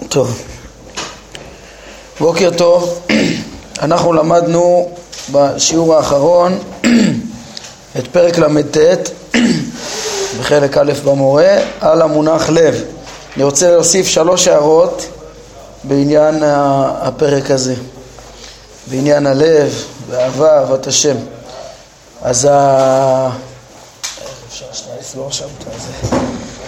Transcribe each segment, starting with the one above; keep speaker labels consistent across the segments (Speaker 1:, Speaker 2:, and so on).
Speaker 1: טוב, בוקר טוב. אנחנו למדנו בשיעור האחרון את פרק למ"ט בחלק א' במורה על המונח לב. אני רוצה להוסיף 3 הערות בעניין הפרק הזה, בעניין הלב ואהבה, אהבת השם. אז אפשר שנייה לסגור שם את זה.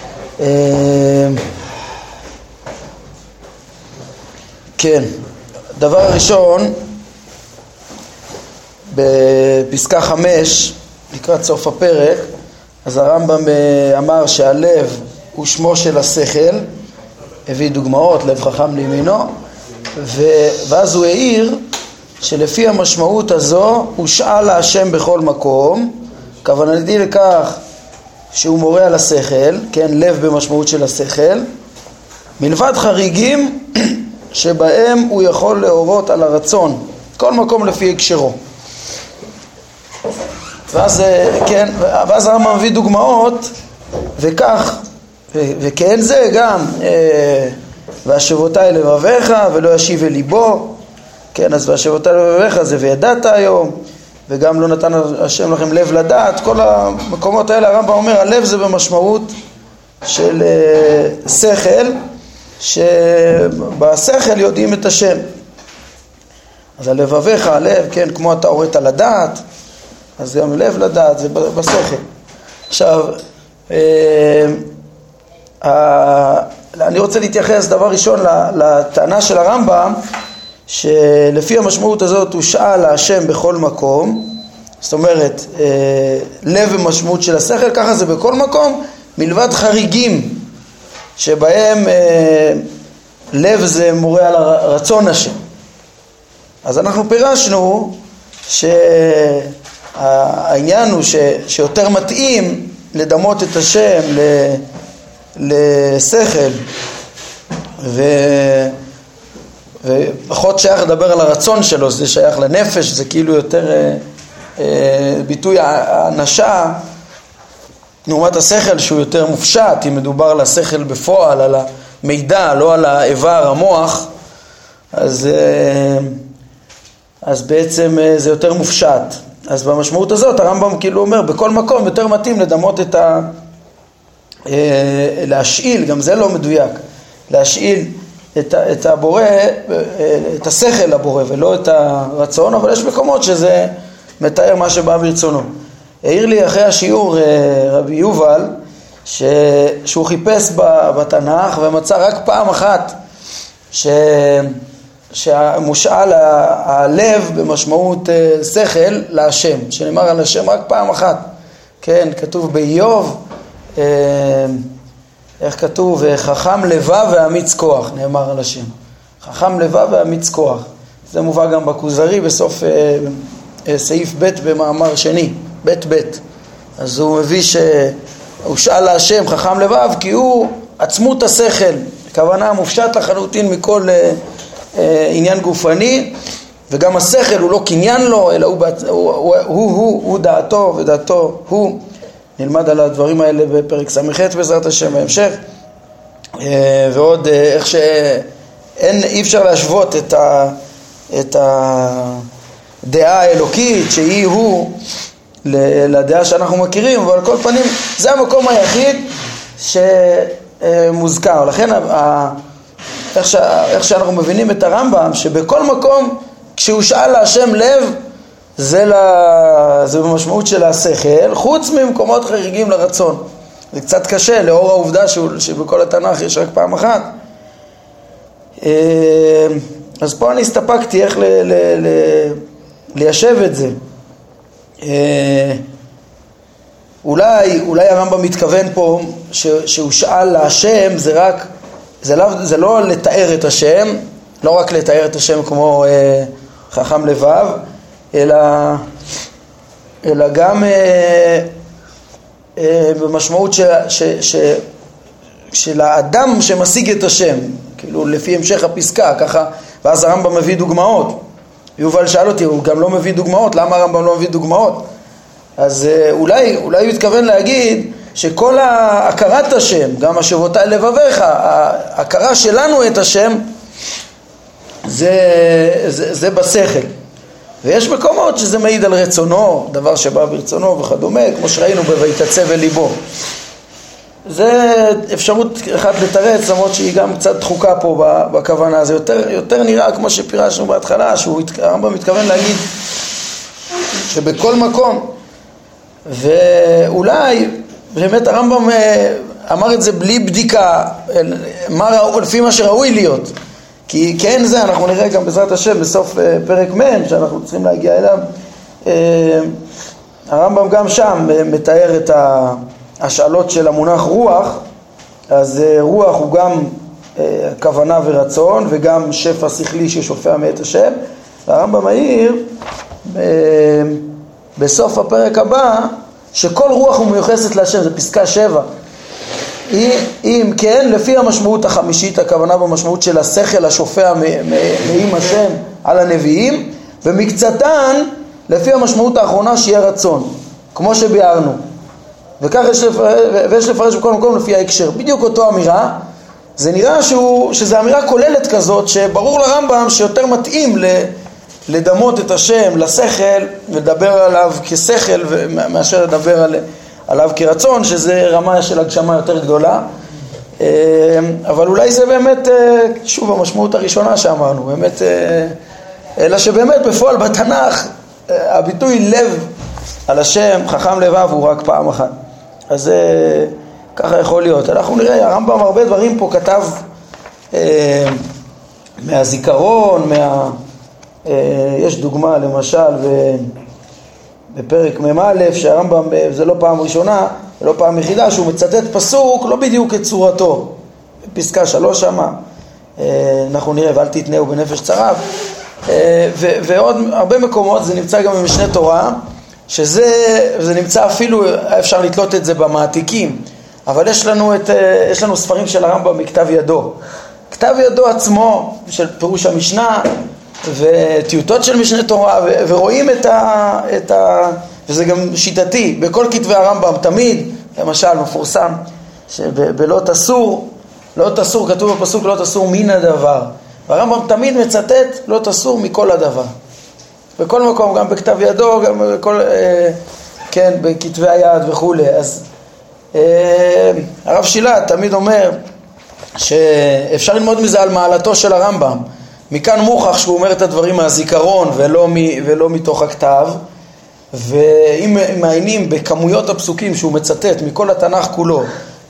Speaker 1: כן, דבר הראשון, בפסקה 5, לקראת סוף הפרק, אז הרמב"ם אמר שהלב הוא שמו של השכל, הביא דוגמאות, לב חכם לימינו, ואז הוא העיר שלפי המשמעות הזו הוא שאל השם בכל מקום, כוונתי לכך שהוא מורה על השכל, כן, לב במשמעות של השכל, מלבד חריגים שבהם הוא יכול להורות על הרצון, כל מקום לפי הקשרו. ואז הרמב"ם מביא דוגמאות, וכך, וכן זה גם, והשבותי לבביך ולא ישיב אל ליבו, כן, אז והשבותי לבביך זה וידעת היום, וגם לא נתן השם לכם לב לדעת. כל המקומות האלה הרמב"ם אומר, הלב זה במשמעות של שכל, שבשכל יודעים את השם. אז הלבביך, הלב, כן, כמו אתה הורית לדעת, אז גם לב לדעת, זה בשכל. עכשיו, אני רוצה להתייחס דבר ראשון לטענה של הרמב"ם, שלפי המשמעות הזאת הוא שאל השם בכל מקום, זאת אומרת, לב במשמעות של השכל, ככה זה בכל מקום, מלבד חריגים, שבהם לב זה מורה על רצון השם. אז אנחנו פירשנו שהעניין הוא שיותר מתאים לדמות את השם לשכל, ופחות שייך לדבר על הרצון שלו, זה שייך לנפש, זה כאילו יותר ביטוי האנשה, לעומת השכל שהוא יותר מופשט, אם מדובר על השכל בפועל, על המידע, לא על האיבר, המוח, אז בעצם זה יותר מופשט. אז במשמעות הזאת הרמב"ם כאילו אומר, בכל מקום יותר מתאים לדמות להשאיל, גם זה לא מדויק, להשאיל את הבורא, את השכל לבורא ולא את הרצון, אבל יש מקומות שזה מתאר מה שבא ברצונו. העיר לי אחרי השיעור רבי יובל שהוא חיפש בתנ"ך ומצא רק פעם אחת שהמושאל הלב במשמעות שכל להשם, שנאמר על השם רק פעם אחת. כן, כתוב באיוב, איך כתוב? חכם לבב ואמיץ כוח, נאמר על השם. חכם לבב ואמיץ כוח. זה מובא גם בכוזרי בסוף סעיף ב' במאמר שני, ב'. אז הוא מביא שהוא שאל להשם חכם לבב, כי הוא עצמות השכל, הכוונה מופשט לחלוטין מכל עניין גופני, וגם השכל הוא לא קניין לו, אלא הוא דעתו ודעתו הוא. נלמד על הדברים האלה בפרק ס"ח בעזרת השם בהמשך. ועוד איך אי אפשר להשוות את הדעה האלוקית שהיא הוא לדעה שאנחנו מכירים, אבל על כל פנים זה המקום היחיד שמוזכר. לכן איך שאנחנו מבינים את הרמב"ם, שבכל מקום כשהוא שאל להשם לב, זה במשמעות של השכל, חוץ ממקומות חריגים לרצון. זה קצת קשה לאור העובדה שבכל התנ"ך יש רק פעם אחת. אז פה אני הסתפקתי איך ליישב את זה. אולי הרמב"ם מתכוון פה שהוא שאל להשם, זה לא לתאר את השם, לא רק לתאר את השם כמו חכם לבב, אלא גם במשמעות של האדם שמשיג את השם, כאילו לפי המשך הפסקה, ככה, ואז הרמב"ם מביא דוגמאות. יובל שאל אותי, הוא גם לא מביא דוגמאות, למה הרמב"ם לא מביא דוגמאות? אז אולי הוא התכוון להגיד שכל הכרת השם, גם השבותי לבביך, ההכרה שלנו את השם, זה בשכל. ויש מקומות שזה מעיד על רצונו, דבר שבא ברצונו וכדומה, כמו שראינו ב"ויתעצב אל ליבו". זה אפשרות אחת לתרץ, למרות שהיא גם קצת דחוקה פה בכוונה. זה יותר נראה כמו שפירשנו בהתחלה, שהרמב"ם מתכוון להגיד שבכל מקום, ואולי באמת הרמב"ם אמר את זה בלי בדיקה, לפי מה שראוי להיות. כי כן זה, אנחנו נראה גם בעזרת השם בסוף פרק מ' שאנחנו צריכים להגיע אליו. הרמב"ם גם שם מתאר את השאלות של המונח רוח. אז רוח הוא גם כוונה ורצון וגם שפע שכלי ששופע מאת השם. והרמב"ם מעיר בסוף הפרק הבא שכל רוח הוא מיוחסת להשם, זה פסקה 7. אם כן, לפי המשמעות החמישית, הכוונה במשמעות של השכל השופע מעם השם על הנביאים, ומקצתן לפי המשמעות האחרונה שיהיה רצון, כמו שביארנו. וכך יש לפרש בכל מקום לפי ההקשר. בדיוק אותו אמירה, זה נראה שזה אמירה כוללת כזאת, שברור לרמב"ם שיותר מתאים לדמות את השם לשכל, לדבר עליו כשכל מאשר לדבר עליו כרצון, שזה רמה של הגשמה יותר גדולה. אבל אולי זה באמת, שוב, המשמעות הראשונה שאמרנו, באמת, אלא שבאמת בפועל בתנ"ך הביטוי לב על השם, חכם לבב, הוא רק פעם אחת. אז ככה יכול להיות. אנחנו נראה, הרמב"ם הרבה דברים פה כתב מהזיכרון, יש דוגמה למשל בפרק מ"א שהרמב"ם, זה לא פעם ראשונה ולא פעם יחידה, שהוא מצטט פסוק לא בדיוק את צורתו, פסקה 3 שמה, אנחנו נראה ואל תתנאו בנפש צרב, ועוד הרבה מקומות. זה נמצא גם במשנה תורה, שזה נמצא אפילו, אפשר לתלות את זה במעתיקים, אבל יש לנו ספרים של הרמב"ם מכתב ידו, כתב ידו עצמו של פירוש המשנה וטיוטות של משנה תורה, ורואים וזה גם שיטתי בכל כתבי הרמב"ם תמיד, למשל מפורסם שבלא תסור, לא תסור, כתוב בפסוק לא תסור מן הדבר, והרמב"ם תמיד מצטט לא תסור מכל הדבר, בכל מקום, גם בכתב ידו, גם בכל, כן, בכתבי היד וכו'. אז הרב שילת תמיד אומר שאפשר ללמוד מזה על מעלתו של הרמב"ם. מכאן מוכח שהוא אומר את הדברים מהזיכרון ולא מתוך הכתב, ואם מעיינים בכמויות הפסוקים שהוא מצטט מכל התנ"ך כולו,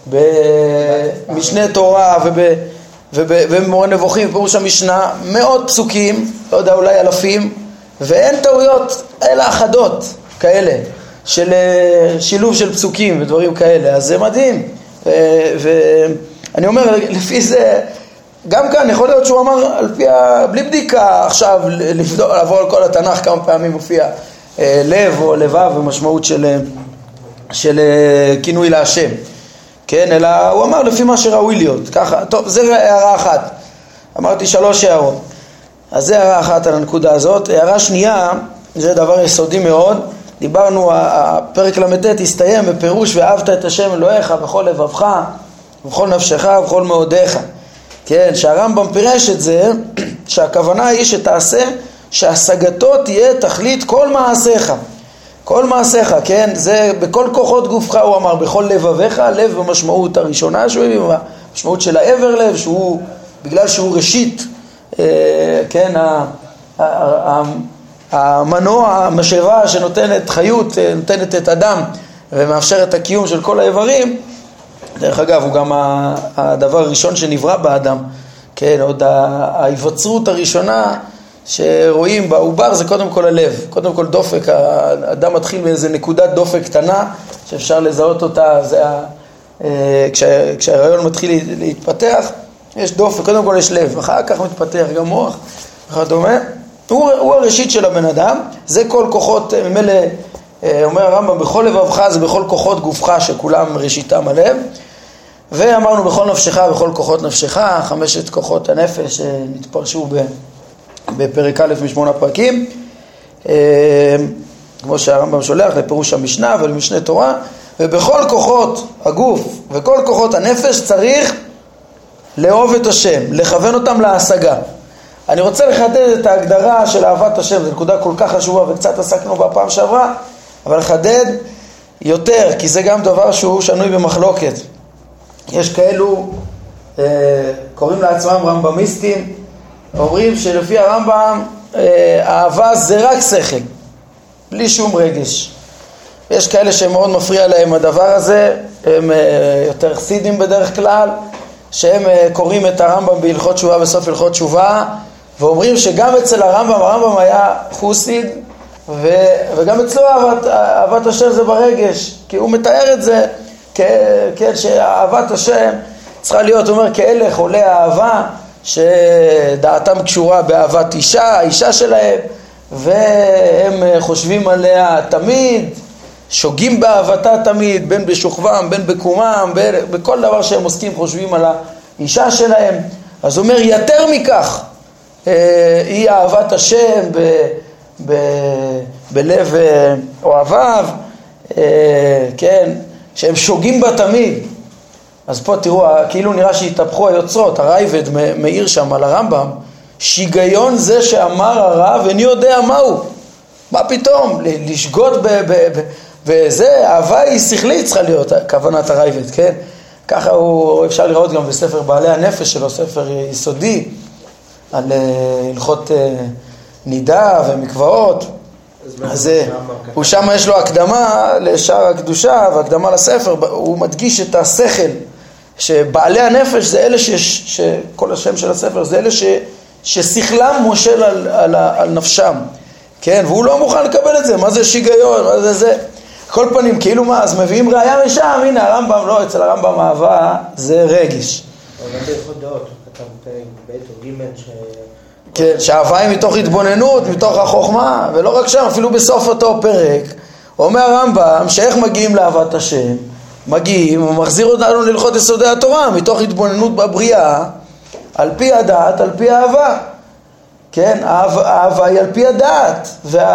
Speaker 1: במשנה תורה ובמורה נבוכים, בפירוש המשנה, מאות פסוקים, לא יודע, אולי אלפים, ואין טעויות אלא אחדות כאלה, של שילוב של פסוקים ודברים כאלה. אז זה מדהים. ואני אומר, לפי זה, גם כאן יכול להיות שהוא אמר על פי, בלי בדיקה עכשיו לעבור על כל התנ"ך כמה פעמים מופיע לב או לבב ומשמעות של כינוי להשם, כן, אלא הוא אמר לפי מה שראוי להיות ככה. טוב, זה הערה אחת, אמרתי 3 הערות, אז זה הערה אחת על הנקודה הזאת. הערה שנייה, זה דבר יסודי מאוד, דיברנו, הפרק למ"ט הסתיים בפירוש ואהבת את השם אלוהיך בכל לבבך ובכל נפשך ובכל מאודיך, כן, שהרמב"ם פירש את זה, שהכוונה היא שתעשה שהשגתו תהיה תכלית כל מעשיך, כל מעשיך, כן, זה בכל כוחות גופך, הוא אמר בכל לבביך, לב במשמעות הראשונה שהוא הביא, המשמעות של העבר לב, שהוא, בגלל שהוא ראשית, כן, המנוע, המשאבה שנותנת חיות, נותנת את הדם ומאפשרת הקיום של כל האיברים. דרך אגב, הוא גם הדבר הראשון שנברא באדם, כן, עוד ההיווצרות הראשונה שרואים בעובר זה קודם כל הלב, קודם כל דופק, האדם מתחיל מאיזה נקודת דופק קטנה שאפשר לזהות אותה, זה כשההיריון מתחיל להתפתח, יש דופק, קודם כל יש לב, אחר כך מתפתח גם מוח, וכדומה. הוא הראשית של הבן אדם, זה כל כוחות, ממילא אומר הרמב"ם, בכל לבבך זה בכל כוחות גופך שכולם ראשיתם הלב, ואמרנו בכל נפשך, בכל כוחות נפשך, 5 כוחות הנפש שנתפרשו בפרק א' מ8 פרקים, כמו שהרמב"ם שולח לפירוש המשנה ולמשנה תורה. ובכל כוחות הגוף וכל כוחות הנפש צריך לאהוב את השם, לכוון אותם להשגה. אני רוצה לחדד את ההגדרה של אהבת השם, זו נקודה כל כך חשובה וקצת עסקנו בה פעם שעברה, אבל לחדד יותר, כי זה גם דבר שהוא שנוי במחלוקת. יש כאלו, קוראים לעצמם רמב"מיסטים, אומרים שלפי הרמב"ם אהבה זה רק שכל, בלי שום רגש. יש כאלה שמאוד מפריע להם הדבר הזה, הם יותר חסידים בדרך כלל, שהם קוראים את הרמב"ם בהלכות תשובה בסוף הלכות תשובה, ואומרים שגם אצל הרמב"ם היה חוסיד, וגם אצלו אהבת השם זה ברגש, כי הוא מתאר את זה שאהבת השם צריכה להיות, הוא אומר, כאלה חולי אהבה, שדעתם קשורה באהבת האישה שלהם, והם חושבים עליה תמיד, שוגים באהבתה תמיד, בין בשוכבם, בין בקומם, בכל דבר שהם עוסקים חושבים על האישה שלהם. אז הוא אומר, יותר מכך, היא אהבת השם בלב אוהביו, כן, שהם שוגים בה תמיד. אז פה תראו, כאילו נראה שהתהפכו היוצרות, הרייבד מאיר שם על הרמב"ם, שיגיון זה שאמר הרב, איני יודע מהו. מה פתאום? לשגות וזה, אהבה היא שכלית צריכה להיות, כוונת הרייבד, כן? ככה אפשר לראות גם בספר בעלי הנפש שלו, ספר יסודי, על הלכות נידה ומקוואות. אז הוא שם יש לו הקדמה לשער הקדושה והקדמה לספר, הוא מדגיש את השכל, שבעלי הנפש זה אלה שכל השם של הספר זה אלה ששכלם מושל על נפשם, כן? והוא לא מוכן לקבל את זה, מה זה שיגיון, מה זה זה? כל פנים, כאילו מה, אז מביאים ראיה משם, הנה הרמב"ם, לא, אצל הרמב"ם אהבה זה רגש.
Speaker 2: אבל בהלכות דעות, כתב בית או ג'
Speaker 1: כן, שהאהבה היא מתוך התבוננות, מתוך החוכמה, ולא רק שם, אפילו בסוף אותו פרק, אומר הרמב"ם שאיך מגיעים לאהבת השם, מגיעים, הוא מחזיר אותנו ללכות יסודי התורה, מתוך התבוננות בבריאה, על פי הדעת, על פי האהבה. כן, האהבה היא על פי הדעת,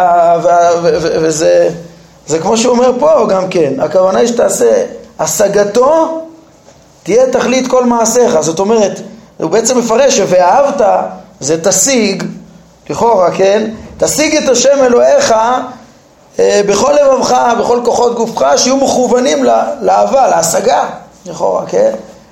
Speaker 1: וזה כמו שהוא אומר פה גם כן, הכוונה היא שתעשה, השגתו תהיה תכלית כל מעשיך. זאת אומרת, הוא בעצם מפרש ואהבת, זה תשיג, לכאורה, כן, תשיג את השם אלוהיך בכל לבבך, בכל כוחות גופך, שיהיו מכוונים לאהבה, להשגה, לכאורה, כן,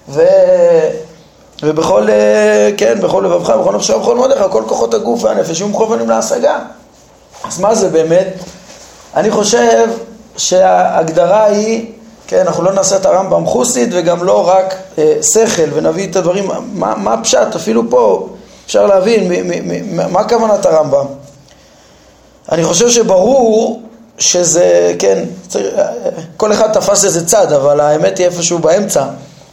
Speaker 1: ובכל, כן, בכל לבבך, בכל נפשך, בכל מודך, כל כוחות הגוף והנפש, שיהיו מכוונים להשגה. אז מה זה באמת? אני חושב שההגדרה היא, כן, אנחנו לא נעשה את הרמב"ם חוסיד וגם לא רק שכל, ונביא את הדברים, מה פשט, אפילו פה אפשר להבין מה כוונת הרמב"ם. אני חושב שברור שזה, כן, כל אחד תפס איזה צד, אבל האמת היא איפשהו באמצע.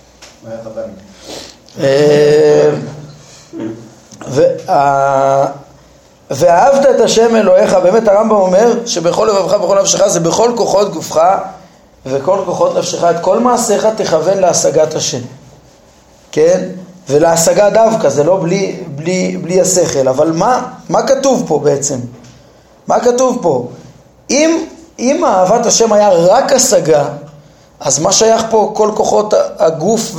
Speaker 1: ואהבת את השם אלוהיך, באמת הרמב"ם אומר שבכל לבבך ובכל נפשך, זה בכל כוחות גופך וכל כוחות נפשך, את כל מעשיך תכוון להשגת השם, כן? ולהשגה דווקא, זה לא בלי השכל. אבל מה כתוב פה בעצם? מה כתוב פה? אם אהבת השם היה רק השגה, אז מה שייך פה כל כוחות הגוף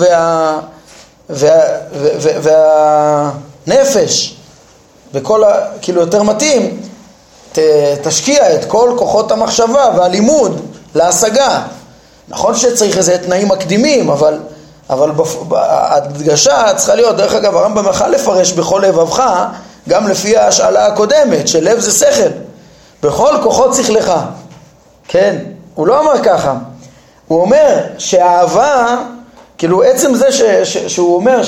Speaker 1: והנפש? וכל, כאילו יותר מתאים, תשקיע את כל כוחות המחשבה והלימוד להשגה. נכון שצריך איזה תנאים מקדימים, אבל ההדגשה צריכה להיות, דרך אגב, הרמב"ם יכול לפרש בכל לבבך, גם לפי השאלה הקודמת, שלב זה שכל. בכל כוחות שכלך. כן, הוא לא אמר ככה. הוא אומר שהאהבה, כאילו עצם זה שהוא אומר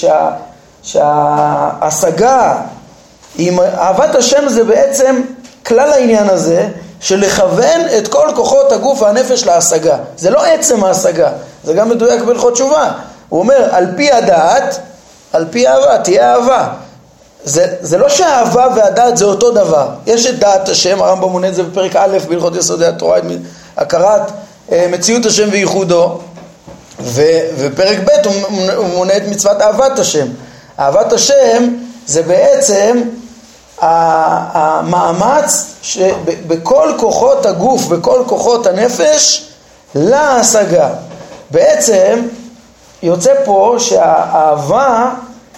Speaker 1: שההשגה, עם אהבת השם זה בעצם כלל העניין הזה של לכוון את כל כוחות הגוף והנפש להשגה. זה לא עצם ההשגה, זה גם מדויק בהלכות תשובה. הוא אומר, על פי הדעת, על פי אהבה, תהיה אהבה. זה לא שהאהבה והדעת זה אותו דבר. יש את דעת השם, הרמב"ם מונה את זה בפרק א' בהלכות יסודי התורה, הכרת מציאות השם וייחודו, ופרק ב' הוא מונה את מצוות אהבת השם. אהבת השם זה בעצם המאמץ שבכל כוחות הגוף, בכל כוחות הנפש, להשגה. בעצם יוצא פה שהאהבה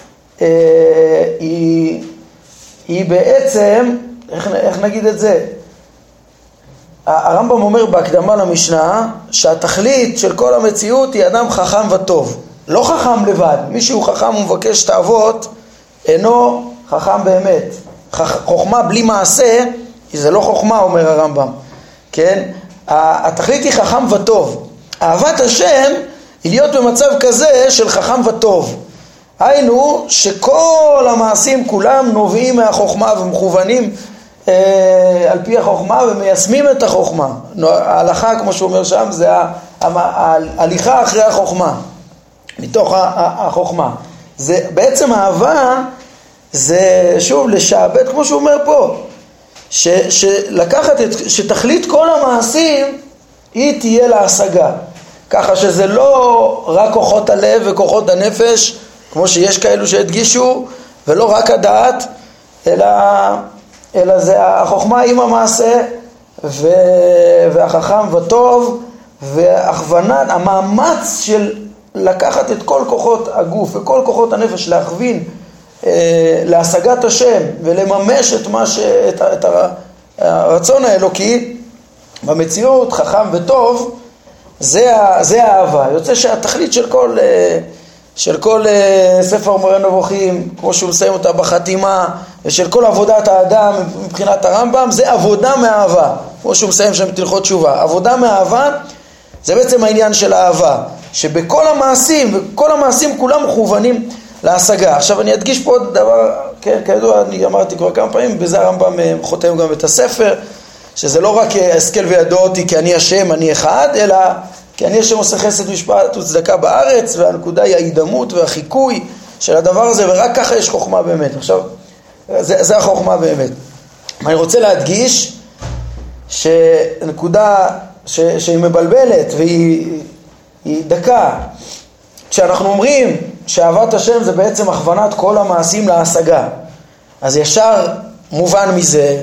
Speaker 1: היא בעצם, איך נגיד את זה? הרמב"ם אומר בהקדמה למשנה שהתכלית של כל המציאות היא אדם חכם וטוב. לא חכם לבד, מי שהוא חכם ומבקש תאוות אינו חכם באמת. חוכמה בלי מעשה זה לא חוכמה, אומר הרמב"ם. כן? התכלית היא חכם וטוב. אהבת השם היא להיות במצב כזה של חכם וטוב. היינו שכל המעשים כולם נובעים מהחוכמה ומכוונים על פי החוכמה ומיישמים את החוכמה. ההלכה, כמו שהוא אומר שם, זה ההליכה אחרי החוכמה, מתוך החוכמה. זה בעצם אהבה, זה שוב לשעבד, כמו שהוא אומר פה, שלקחת שתכלית כל המעשים היא תהיה להשגה. ככה שזה לא רק כוחות הלב וכוחות הנפש, כמו שיש כאלו שהדגישו, ולא רק הדעת, אלא זה החוכמה עם המעשה, והחכם וטוב, והכוונת, המאמץ של לקחת את כל כוחות הגוף וכל כוחות הנפש, להכווין להשגת השם, ולממש את הרצון האלוקי, במציאות חכם וטוב, זה האהבה. יוצא שהתכלית של כל ספר מורה נבוכים, כמו שהוא מסיים אותה בחתימה, ושל כל עבודת האדם מבחינת הרמב"ם, זה עבודה מאהבה, כמו שהוא מסיים שם תלכות תשובה. עבודה מאהבה זה בעצם העניין של האהבה, שבכל המעשים, וכל המעשים כולם מכוונים להשגה. עכשיו אני אדגיש פה עוד דבר, כן, כידוע, אני אמרתי כבר כמה פעמים, בזה הרמב"ם חותם גם את הספר, שזה לא רק השכל וידוע אותי כי אני השם, אני אחד, אלא כי אני השם עושה חסד משפט וצדקה בארץ, והנקודה היא ההידמות והחיקוי של הדבר הזה, ורק ככה יש חוכמה באמת. עכשיו, זה החוכמה באמת. אני רוצה להדגיש שנקודה שהיא מבלבלת והיא דקה, כשאנחנו אומרים שאהבת השם זה בעצם הכוונת כל המעשים להשגה, אז ישר מובן מזה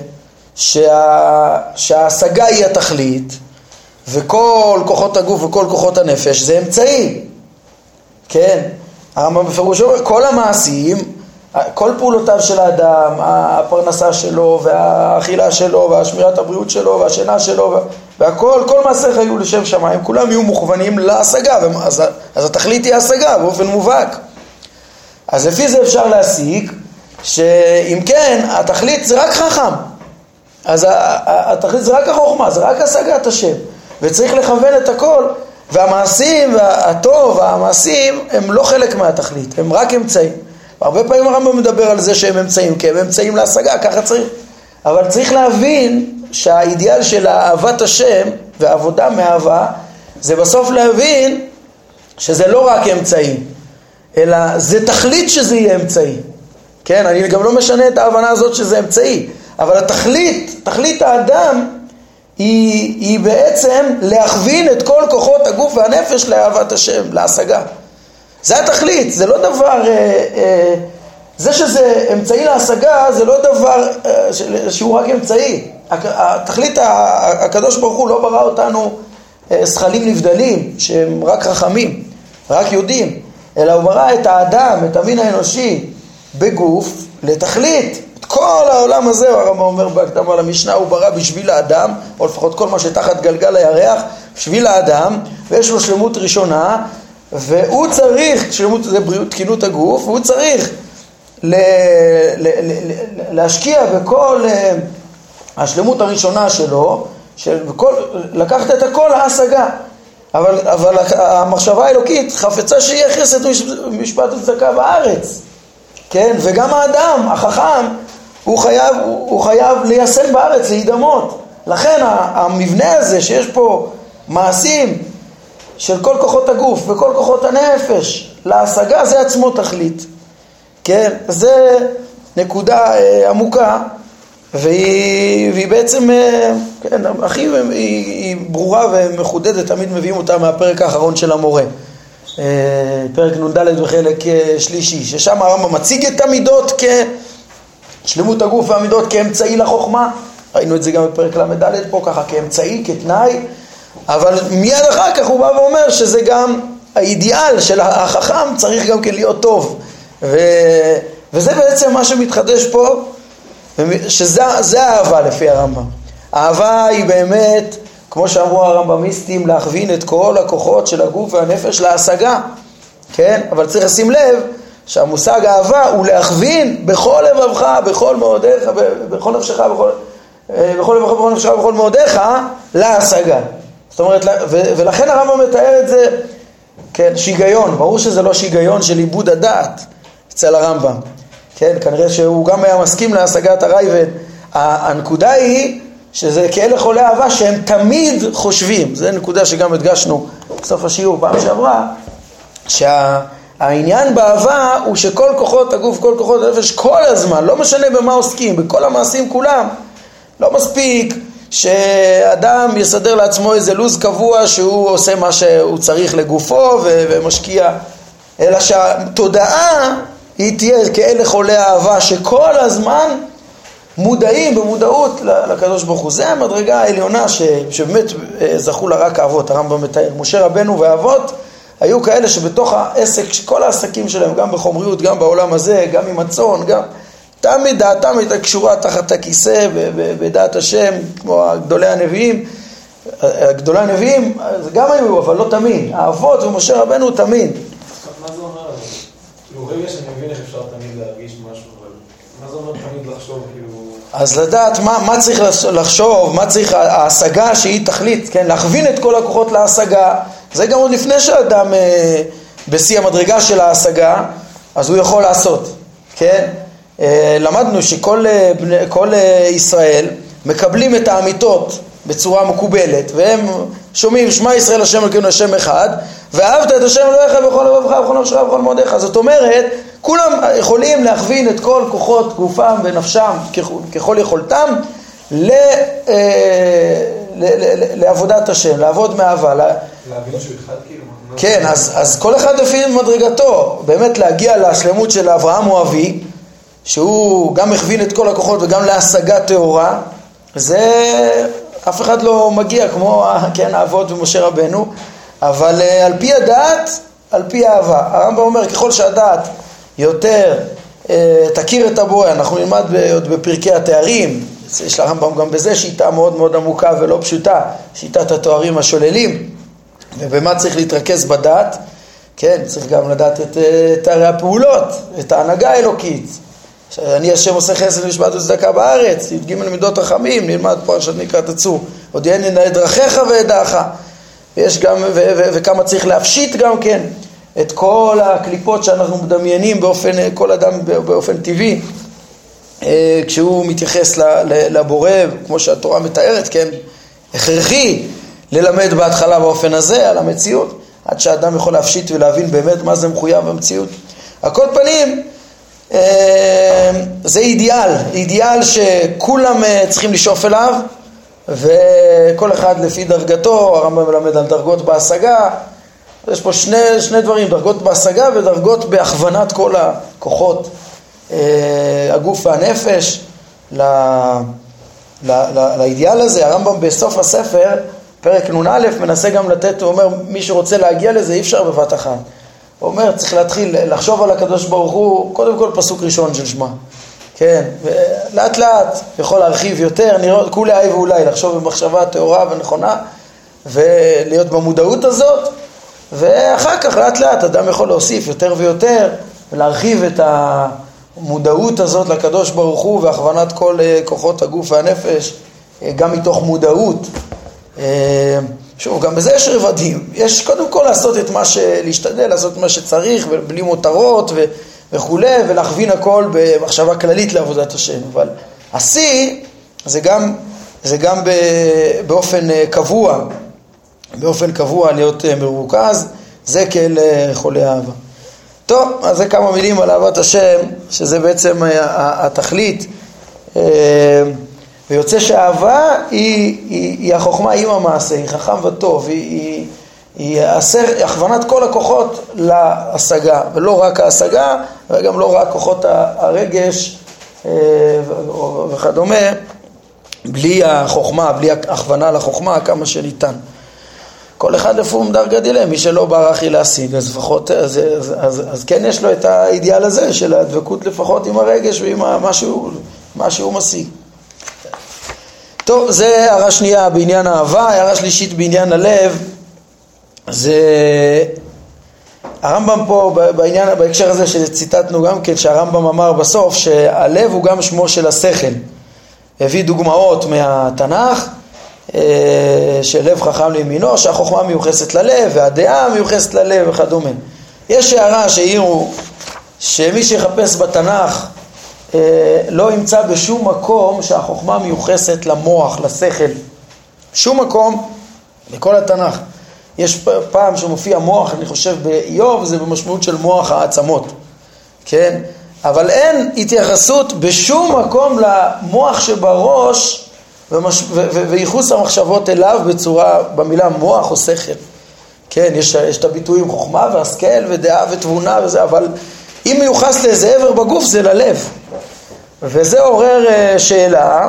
Speaker 1: שההשגה היא התכלית, וכל כוחות הגוף וכל כוחות הנפש זה אמצעי. כן, הרמב"ם בפירוש אומר כל המעשים, כל פעולותיו של האדם, הפרנסה שלו והאכילה שלו והשמירת הבריאות שלו והשינה שלו והכל, כל מעשיך יהיו לשם שמיים, כולם יהיו מוכוונים להשגה, אז התכלית היא ההשגה באופן מובהק. אז לפי זה אפשר להסיק שאם כן התכלית זה רק חכם, אז התכלית זה רק החוכמה, זה רק השגת השם, וצריך לכוון את הכל, והמעשים והטוב והמעשים הם לא חלק מהתכלית, הם רק אמצעים. הרבה פעמים הרמב"ם מדבר על זה שהם אמצעים, כי הם אמצעים להשגה, ככה צריך. אבל צריך להבין שהאידיאל של אהבת השם והעבודה מאהבה, זה בסוף להבין שזה לא רק אמצעי, אלא זה תכלית שזה יהיה אמצעי. כן, אני גם לא משנה את ההבנה הזאת שזה אמצעי, אבל תכלית האדם היא בעצם להכווין את כל כוחות הגוף והנפש לאהבת השם, להשגה. זה התכלית, זה לא דבר, זה שזה אמצעי להשגה, זה לא דבר שהוא רק אמצעי. התכלית, הקדוש ברוך הוא לא ברא אותנו שכלים נבדלים, שהם רק חכמים, רק יודעים, אלא הוא ברא את האדם, את המין האנושי, בגוף, לתכלית. את כל העולם הזה, הרמב"ם אומר בהקדמה למשנה, הוא ברא בשביל האדם, או לפחות כל מה שתחת גלגל הירח, בשביל האדם, ויש לו שלמות ראשונה, והוא צריך, שלמות זה בריאות, תקינות הגוף, והוא צריך להשקיע בכל השלמות הראשונה שלו, לקחת את הכל להשגה. אבל המחשבה האלוקית חפצה שיהיה חסד משפט וצדקה בארץ. כן? וגם האדם, החכם, הוא חייב ליישם בארץ, להידמות. לכן המבנה הזה שיש פה מעשים של כל כוחות הגוף וכל כוחות הנפש להשגה, זה עצמו תכלית. כן? זה נקודה עמוקה, והיא בעצם, כן, הכי היא ברורה ומחודדת, תמיד מביאים אותה מהפרק האחרון של המורה. פרק נ"ד וחלק שלישי, ששם הרמב"ם מציג את המידות כשלמות הגוף והמידות כאמצעי לחוכמה. ראינו את זה גם בפרק ל"ד פה, ככה כאמצעי, כתנאי, אבל מיד אחר כך הוא בא ואומר שזה גם האידיאל של החכם צריך גם כן להיות טוב. וזה בעצם מה שמתחדש פה, שזה האהבה לפי הרמב"ם. האהבה היא באמת, כמו שאמרו הרמב"מיסטים, להכווין את כל הכוחות של הגוף והנפש להשגה. כן? אבל צריך לשים לב שהמושג אהבה הוא להכווין בכל לבבך, בכל מאודיך, בכל נפשך, בכל לבבך, בכל נפשך, בכל מאודיך, להשגה. זאת אומרת, ולכן הרמב"ם מתאר את זה, כן, שיגיון. ברור שזה לא שיגיון של איבוד הדעת אצל הרמב"ם. כן, כנראה שהוא גם היה מסכים להשגת הרייבד. הנקודה היא שזה כאלה חולי אהבה שהם תמיד חושבים. זו נקודה שגם הדגשנו בסוף השיעור פעם שעברה, שהעניין באהבה הוא שכל כוחות הגוף, כל כוחות הנפש, כל הזמן, לא משנה במה עוסקים, בכל המעשים כולם, לא מספיק שאדם יסדר לעצמו איזה לוז קבוע שהוא עושה מה שהוא צריך לגופו ומשקיע, אלא שהתודעה היא תהיה כאלה חולי אהבה שכל הזמן מודעים במודעות לקדוש ברוך הוא. זה המדרגה העליונה שבאמת זכו לה רק האבות. הרמב"ם מתאר, משה רבנו והאבות היו כאלה שבתוך העסק, כל העסקים שלהם, גם בחומריות, גם בעולם הזה, גם עם הצאן, גם תמיד דעתם הייתה קשורה תחת הכיסא בדעת השם, כמו גדולי הנביאים. גדולי הנביאים גם היו, אבל לא תמיד. האבות ומשה רבנו תמיד.
Speaker 3: מה זה אומר? כאילו רגע שאני מבין איך אפשר תמיד להרגיש משהו, אבל מה זה אומר תמיד לחשוב כאילו...
Speaker 1: אז לדעת מה צריך לחשוב, מה צריך ההשגה שהיא תכלית, כן? להכווין את כל הכוחות להשגה. זה גם עוד לפני שאדם בשיא המדרגה של ההשגה, אז הוא יכול לעשות, כן? למדנו שכל ישראל מקבלים את האמיתות בצורה מקובלת, והם שומעים שמע ישראל השם אלוקינו השם אחד, ואהבת את השם אלוהיך בכל לבבך ובכל נפשך ובכל מאודיך. זאת אומרת, כולם יכולים להכווין את כל כוחות גופם ונפשם ככל יכולתם לעבודת השם, לעבוד מאהבה.
Speaker 3: להבין שהוא אחד כאילו?
Speaker 1: כן, אז כל אחד לפי מדרגתו, באמת להגיע להשלמות של אברהם הוא אבי, שהוא גם הכווין את כל הכוחות וגם להשגה טהורה, זה אף אחד לא מגיע כמו כן, האבות ומשה רבנו, אבל על פי הדעת, על פי האהבה. הרמב"ם אומר, ככל שהדעת יותר תכיר את הבורא, אנחנו נלמד עוד בפרקי התארים, יש לרמב"ם גם בזה שיטה מאוד מאוד עמוקה ולא פשוטה, שיטת התוארים השוללים, ובמה צריך להתרכז בדעת, כן, צריך גם לדעת את תארי הפעולות, את ההנהגה האלוקית. אני השם עושה חסד ומשפט וצדקה בארץ, י"ג מידות רחמים, נלמד פרשת מקרא תצאו, הודיעני נא את דרכיך ואדעך, ויש גם, וכמה צריך להפשיט גם כן, את כל הקליפות שאנחנו מדמיינים באופן, כל אדם באופן טבעי, כשהוא מתייחס לבורא, כמו שהתורה מתארת, כן, הכרחי ללמד בהתחלה באופן הזה על המציאות, עד שהאדם יכול להפשיט ולהבין באמת מה זה מחויב במציאות. על כל פנים, זה אידיאל שכולם צריכים לשאוף אליו, וכל אחד לפי דרגתו. הרמב"ם מלמד על דרגות בהשגה, יש פה שני דברים, דרגות בהשגה ודרגות בהכוונת כל הכוחות, הגוף והנפש, לאידיאל הזה. הרמב"ם בסוף הספר, פרק נ"א, מנסה גם לתת, הוא אומר, מי שרוצה להגיע לזה אי אפשר בבת אחת. הוא אומר, צריך להתחיל לחשוב על הקדוש ברוך הוא, קודם כל פסוק ראשון של שמה. כן, ולאט לאט יכול להרחיב יותר, נראות כולי אי ואולי, לחשוב במחשבה טהורה ונכונה, ולהיות במודעות הזאת, ואחר כך לאט לאט אדם יכול להוסיף יותר ויותר, ולהרחיב את המודעות הזאת לקדוש ברוך הוא, והכוונת כל כוחות הגוף והנפש, גם מתוך מודעות. שוב, גם בזה יש רבדים. יש קודם כל לעשות את מה להשתדל, לעשות מה שצריך, בלי מותרות וכו', ולהכווין הכל במחשבה כללית לעבודת השם. אבל השיא זה גם באופן קבוע להיות מרוכז, זה כאל חולי אהבה. טוב, אז זה כמה מילים על אהבת השם, שזה בעצם התכלית. ויוצא שהאהבה היא החוכמה עם המעשה, היא חכם וטוב, היא הכוונת כל הכוחות להשגה, ולא רק ההשגה, וגם לא רק כוחות הרגש וכדומה, בלי החוכמה, בלי הכוונה לחוכמה כמה שניתן. כל אחד איפה הוא מדרגה דילה, מי שלא בערכי להשיג, אז לפחות, אז כן יש לו את האידיאל הזה של הדבקות לפחות עם הרגש ועם מה שהוא משיג. טוב, זה הערה שנייה בעניין האהבה. הערה שלישית בעניין הלב, זה הרמב"ם פה בהקשר הזה שציטטנו גם כן, שהרמב"ם אמר בסוף שהלב הוא גם שמו של השכל. הביא דוגמאות מהתנ"ך, שלב חכם לימינו, שהחוכמה מיוחסת ללב והדעה מיוחסת ללב וכדומה. יש הערה שהעירו שמי שיחפש בתנ"ך לא ימצא בשום מקום שהחוכמה מיוחסת למוח, לשכל. שום מקום בכל התנ"ך. יש פעם שמופיע מוח, אני חושב באיוב, זה במשמעות של מוח העצמות. כן? אבל אין התייחסות בשום מקום למוח שבראש וייחוס המחשבות אליו בצורה, במילה מוח או שכל. כן, יש את הביטויים חוכמה והשכל ודעה ותבונה וזה, אבל אם מיוחס לאיזה עבר בגוף זה ללב. וזה עורר שאלה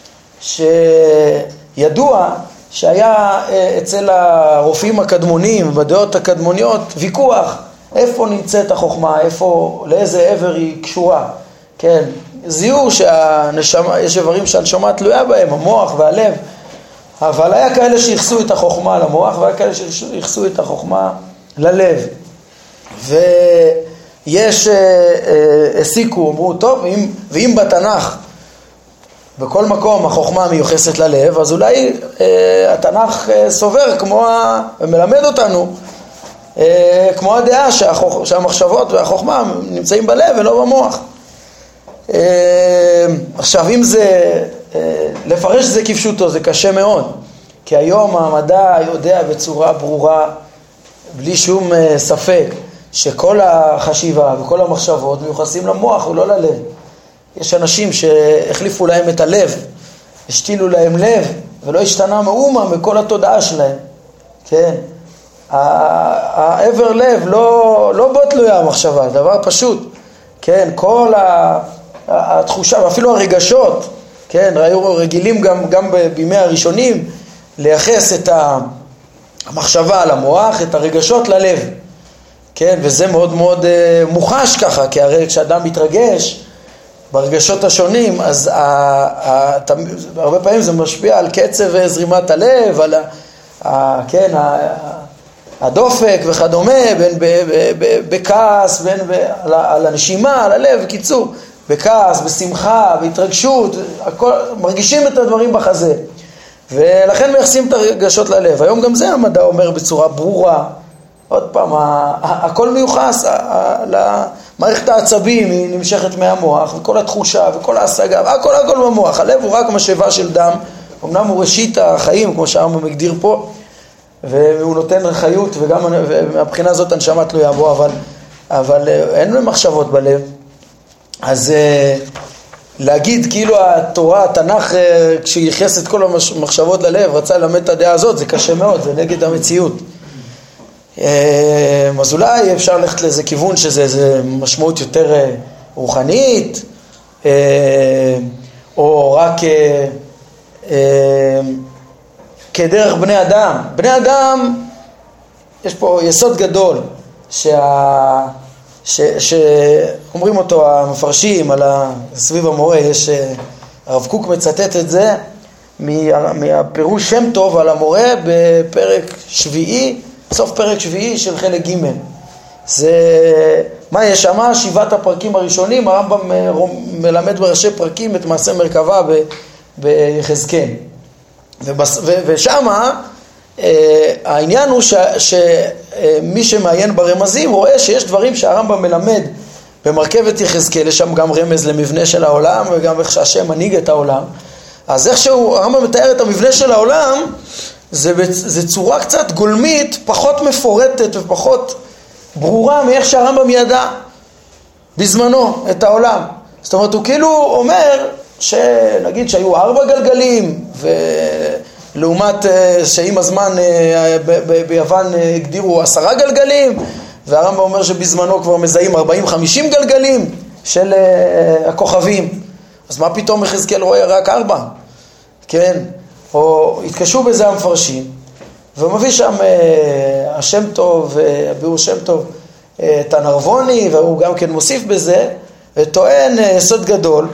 Speaker 1: שידוע שהיה אצל הרופאים הקדמונים, בדעות הקדמוניות, ויכוח איפה נמצאת החוכמה, לאיזה עבר היא קשורה. כן, זיהו שהנשמה, יש איברים שהנשמה תלויה בהם, המוח והלב, אבל היה כאלה שיחסו את החוכמה למוח, והיה כאלה שיחסו את החוכמה ללב. ויש, הסיקו, אמרו, טוב, ואם בתנ"ך, בכל מקום החוכמה מיוחסת ללב, אז אולי התנ"ך סובר ומלמד אותנו, כמו הדעה שהמחשבות והחוכמה נמצאים בלב ולא במוח. עכשיו, אם זה, לפרש זה כפשוטו, זה קשה מאוד, כי היום המדע יודע בצורה ברורה, בלי שום ספק, שכל החשיבה וכל המחשבות מיוחסים למוח ולא ללב. יש אנשים שהחליפו להם את הלב, השתילו להם לב, ולא השתנה מאומה מכל התודעה שלהם. כן? העבר לב לא בו תלויה המחשבה, דבר פשוט. כן? כל התחושה, ואפילו הרגשות, כן? היו רגילים גם בימי הראשונים, לייחס את המחשבה למוח, את הרגשות ללב. כן? וזה מאוד מאוד מוחש ככה, כי הרי כשאדם מתרגש, ברגשות השונים, אז הרבה פעמים זה משפיע על קצב זרימת הלב, על הדופק וכדומה, בין בכעס, בין על הנשימה, על הלב, בקיצור, בכעס, בשמחה, בהתרגשות, מרגישים את הדברים בחזה, ולכן מייחסים את הרגשות ללב. היום גם זה המדע אומר בצורה ברורה, עוד פעם, הכל מיוחס, מערכת העצבים היא נמשכת מהמוח, וכל התחושה וכל ההשגה, הכל במוח. הלב הוא רק משאבה של דם, אמנם הוא ראשית החיים, כמו שהרמב"ם מגדיר פה, והוא נותן חיות, וגם מהבחינה הזאת הנשמה תלויה בו, אבל אין לו מחשבות בלב. אז להגיד כאילו התורה, התנ"ך, כשייחס את כל המחשבות ללב, רצה ללמד את הדעה הזאת, זה קשה מאוד, זה נגד המציאות. אז אולי אפשר ללכת לאיזה כיוון שזה משמעות יותר רוחנית, או רק כדרך בני אדם. בני אדם, יש פה יסוד גדול שאומרים אותו המפרשים סביב המורה, יש הרב קוק מצטט את זה מהפירוש שם טוב על המורה בפרק שביעי, סוף פרק שביעי של חלק ג'. זה מה יש שמה? 7 הפרקים הראשונים. הרמב"ם מלמד בראשי פרקים את מעשה מרכבה ביחזקאל, ושמה העניין הוא שמי שמעיין ברמזים רואה שיש דברים שהרמב"ם מלמד במרכבת יחזקאל, יש שם גם רמז למבנה של העולם וגם איך שהשם מנהיג את העולם. אז איכשהו הרמב"ם מתאר את המבנה של העולם, זה צורה קצת גולמית, פחות מפורטת ופחות ברורה מאיך שהרמב"ם ידע בזמנו את העולם. זאת אומרת, הוא כאילו אומר שנגיד שהיו 4 גלגלים, ולעומת שעם הזמן ביוון הגדירו 10 גלגלים, והרמב"ם אומר שבזמנו כבר מזהים 40-50 גלגלים של הכוכבים. אז מה פתאום יחזקאל רואה רק 4? כן? או התקשו בזה המפרשים, ומביא שם השם טוב, הביאור שם טוב, את הנרבוני, והוא גם כן מוסיף בזה, וטוען סוד גדול,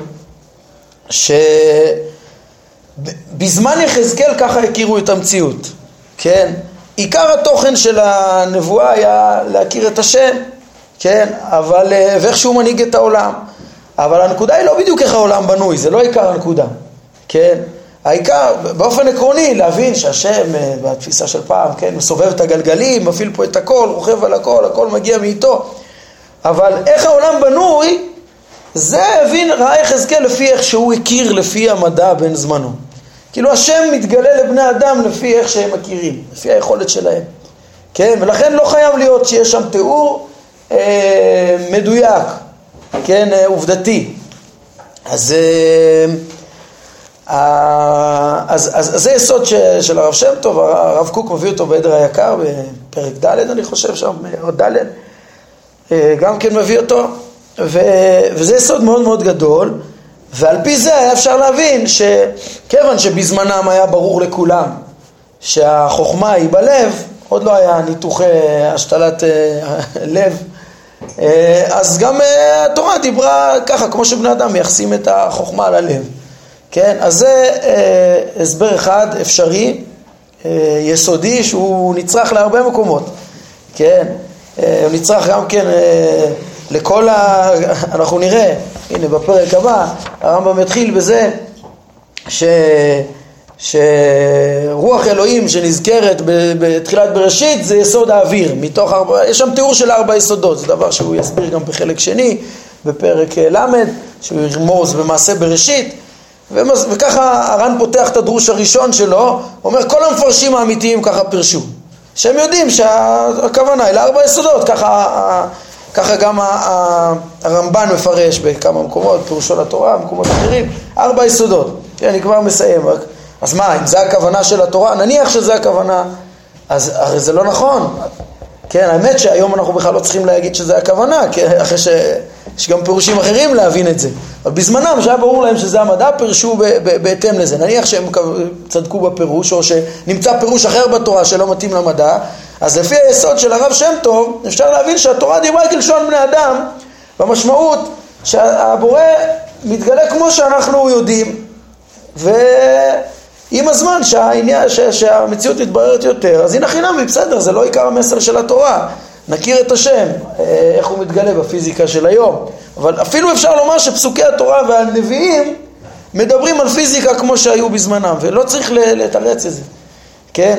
Speaker 1: שבזמן יחזקאל ככה הכירו את המציאות, כן? עיקר התוכן של הנבואה היה להכיר את השם, כן? אבל, ואיך שהוא מנהיג את העולם. אבל הנקודה היא לא בדיוק איך העולם בנוי, זה לא עיקר הנקודה, כן? העיקר, באופן עקרוני, להבין שהשם, בתפיסה של פעם, כן, מסובב את הגלגלים, מפעיל פה את הכל, רוכב על הכל, הכל מגיע מאיתו. אבל איך העולם בנוי, זה הבין, ראה יחזקאל לפי איך שהוא הכיר, לפי המדע בין זמנו. כאילו השם מתגלה לבני אדם לפי איך שהם מכירים, לפי היכולת שלהם. כן, ולכן לא חייב להיות שיש שם תיאור מדויק, כן, עובדתי. אז זה יסוד של הרב שם טוב, הרב קוק מביא אותו בעדר היקר בפרק ד' אני חושב שם, עוד ד', גם כן מביא אותו, וזה יסוד מאוד מאוד גדול, ועל פי זה היה אפשר להבין שכיוון שבזמנם היה ברור לכולם שהחוכמה היא בלב, עוד לא היה ניתוחי השתלת לב, אז גם התורה דיברה ככה, כמו שבני אדם מייחסים את החוכמה על הלב. כן, אז זה הסבר אחד אפשרי, יסודי, שהוא נצרך להרבה מקומות. כן, הוא נצרך גם כן לכל אנחנו נראה, הנה בפרק הבא, הרמב"ם מתחיל בזה שרוח אלוהים שנזכרת בתחילת בראשית זה יסוד האוויר, יש שם תיאור של 4 יסודות, זה דבר שהוא יסביר גם בחלק שני, בפרק למד, שהוא ירמוז במעשה בראשית, וככה הר"ן פותח את הדרוש הראשון שלו, אומר כל המפרשים האמיתיים ככה פרשו, שהם יודעים שהכוונה היא ל4 יסודות, ככה גם הרמב"ן מפרש בכמה מקומות, פירושו לתורה, מקומות אחרים, 4 יסודות, כן, אני כבר מסיים, אז מה, אם זה הכוונה של התורה, נניח שזה הכוונה, אז הרי זה לא נכון, כן, האמת שהיום אנחנו בכלל לא צריכים להגיד שזה הכוונה, אחרי שיש גם פירושים אחרים להבין את זה, אבל בזמנם שהיה ברור להם שזה המדע, פירשו בהתאם לזה, נניח שהם צדקו בפירוש, או שנמצא פירוש אחר בתורה שלא מתאים למדע, אז לפי היסוד של הרב שם טוב, אפשר להבין שהתורה דיברה כלשון בני אדם, במשמעות שהבורא מתגלה כמו שאנחנו יודעים, ועם הזמן שהמציאות מתבררת יותר, אז הנה חינמי, בסדר, זה לא עיקר המסר של התורה, נכיר את השם, איך הוא מתגלה בפיזיקה של היום, אבל אפילו אפשר לומר שפסוקי התורה והנביאים מדברים על פיזיקה כמו שהיו בזמנם, ולא צריך לתרץ את זה, כן?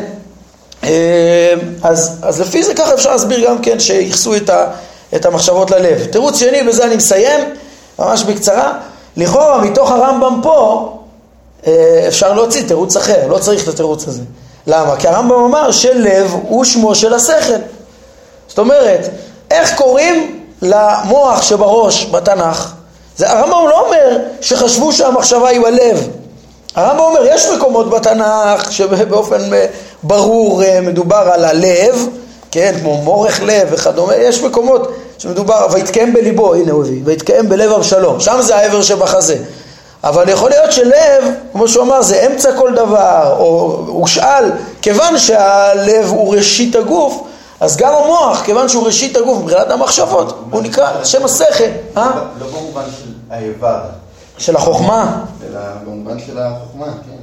Speaker 1: אז לפי זה ככה אפשר להסביר גם כן שיחסו את המחשבות ללב. תירוץ שני, בזה אני מסיים, ממש בקצרה, לכאורה מתוך הרמב"ם פה אפשר להוציא תירוץ אחר, לא צריך את התירוץ הזה. למה? כי הרמב"ם אמר שלב הוא שמו של השכל. זאת אומרת, איך קוראים למוח שבראש בתנ"ך? הרמב"ם לא אומר שחשבו שהמחשבה היא בלב. הרמב"ם אומר, יש מקומות בתנ"ך שבאופן ברור מדובר על הלב, כן, כמו מורך לב וכדומה, יש מקומות שמדובר, והתקיים בליבו, הנה הוא הביא, והתקיים בלב אבשלום, שם זה העבר שבחזה. אבל יכול להיות שלב, כמו שהוא אמר, זה אמצע כל דבר, או הוא שאל, כיוון שהלב הוא ראשית הגוף, אז גם המוח, כיוון שהוא ראשית הגוף, מבחינת המחשבות, הוא נקרא שם השכל.
Speaker 4: לא במובן של האיבר.
Speaker 1: של החוכמה?
Speaker 4: במובן של החוכמה, כן.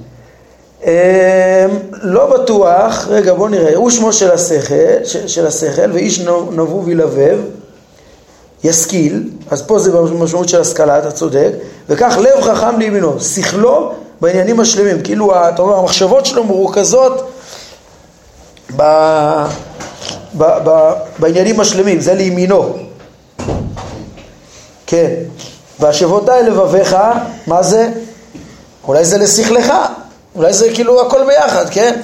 Speaker 1: לא בטוח, רגע בוא נראה, הוא שמו של השכל, ואיש נבוב ילבב, ישכיל, אז פה זה במשמעות של השכלה, אתה צודק, וכך לב חכם לימינו, שכלו בעניינים השלמים, כאילו אתה אומר, המחשבות שלו מרוכזות בעניינים השלמים, זה לימינו, כן, והשבות די לבביך, מה זה? אולי זה לשכלך, אולי זה כאילו הכל ביחד, כן?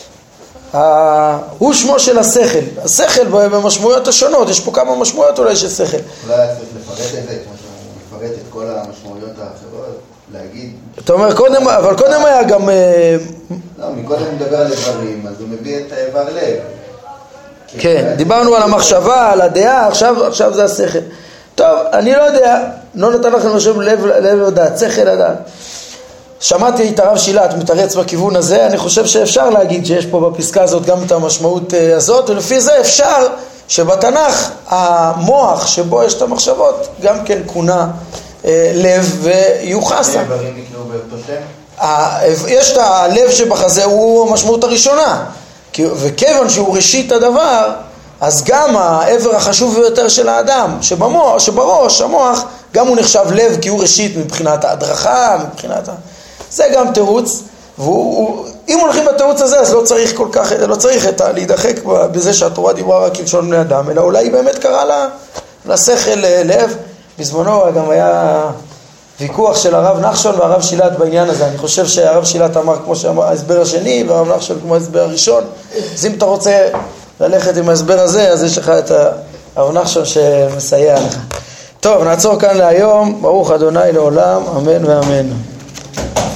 Speaker 1: הוא שמו של השכל, השכל במשמעויות השונות, יש פה כמה משמעויות אולי של שכל.
Speaker 4: אולי צריך לפרט את זה, כמו שהוא מפרט את כל המשמעויות האחרות, להגיד...
Speaker 1: אתה אומר קודם, אבל קודם היה גם...
Speaker 4: לא, מקודם הוא מדבר על איברים, אז הוא מביא את האיבר לב.
Speaker 1: כן, דיברנו על המחשבה, על הדעה, עכשיו זה השכל. טוב, אני לא יודע, לא נתן לכם משהו לב לדעת, שכל לדעת. שמעתי את הרב שילת מתרץ בכיוון הזה, אני חושב שאפשר להגיד שיש פה בפסקה הזאת גם את המשמעות הזאת, ולפי זה אפשר שבתנ"ך המוח שבו יש את המחשבות גם כן כונה לב ויוחסה.
Speaker 4: איברים נקראו באותו שם?
Speaker 1: יש את הלב שבחזה, הוא המשמעות הראשונה, וכיוון שהוא ראשית הדבר, אז גם העבר החשוב ביותר של האדם, שבראש, המוח, גם הוא נחשב לב כי הוא ראשית מבחינת ההדרכה, מבחינת זה גם תירוץ, אם הולכים בתירוץ הזה, אז לא צריך להידחק בזה שהתורה דיברה רק כלשון בני אדם, אלא אולי באמת קרא לשכל לב. בזמנו גם היה ויכוח של הרב נחשון והרב שילת בעניין הזה. אני חושב שהרב שילת אמר כמו שאמר ההסבר השני, והרב נחשון כמו ההסבר הראשון. אז אם אתה רוצה ללכת עם ההסבר הזה, אז יש לך את הרב נחשון שמסייע לך. טוב, נעצור כאן להיום. ברוך אדוני לעולם, אמן ואמן.